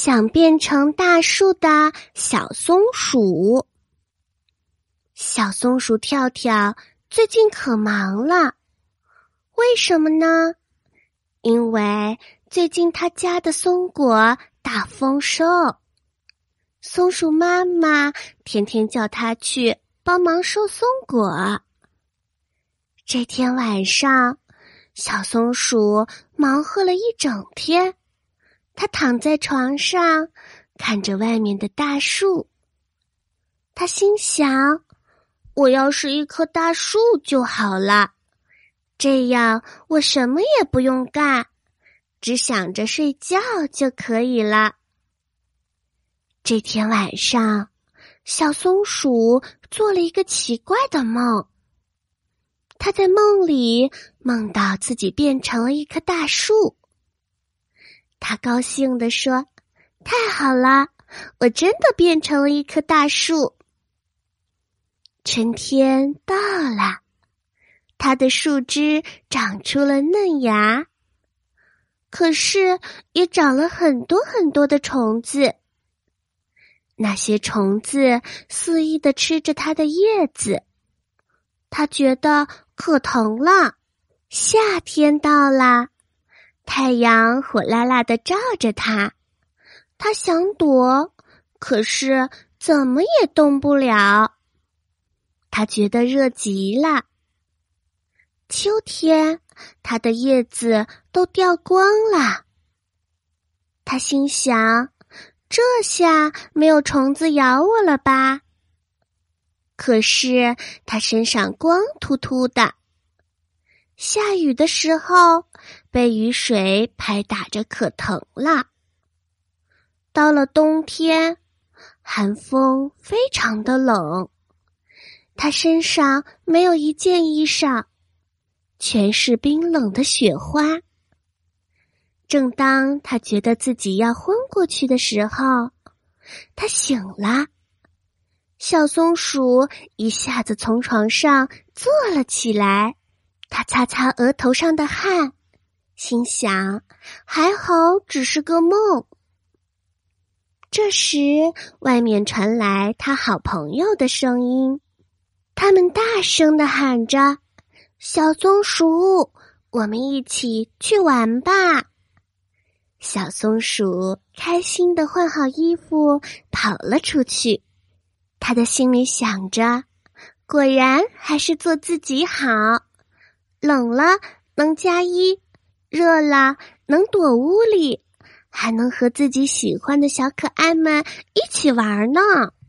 想变成大树的小松鼠。小松鼠跳跳最近可忙了，为什么呢？因为最近他家的松果大丰收，松鼠妈妈天天叫他去帮忙收松果。这天晚上，小松鼠忙活了一整天，它躺在床上，看着外面的大树。它心想，我要是一棵大树就好了，这样我什么也不用干，只想着睡觉就可以了。这天晚上，小松鼠做了一个奇怪的梦。他在梦里梦到自己变成了一棵大树。他高兴地说，太好了，我真的变成了一棵大树。春天到了，它的树枝长出了嫩芽，可是也长了很多很多的虫子。那些虫子肆意地吃着它的叶子，它觉得可疼了。夏天到了，太阳火辣辣地照着它，它想躲，可是怎么也动不了。它觉得热极了。秋天，它的叶子都掉光了。它心想，这下没有虫子咬我了吧？可是它身上光秃秃的。下雨的时候，被雨水拍打着可疼了。到了冬天，寒风非常的冷，它身上没有一件衣裳，全是冰冷的雪花。正当他觉得自己要昏过去的时候，他醒了。小松鼠一下子从床上坐了起来，他擦擦额头上的汗，心想，还好只是个梦。这时，外面传来他好朋友的声音，他们大声地喊着，小松鼠，我们一起去玩吧。小松鼠开心地换好衣服跑了出去，他的心里想着，果然还是做自己好，冷了能加衣，热了能躲屋里，还能和自己喜欢的小可爱们一起玩呢。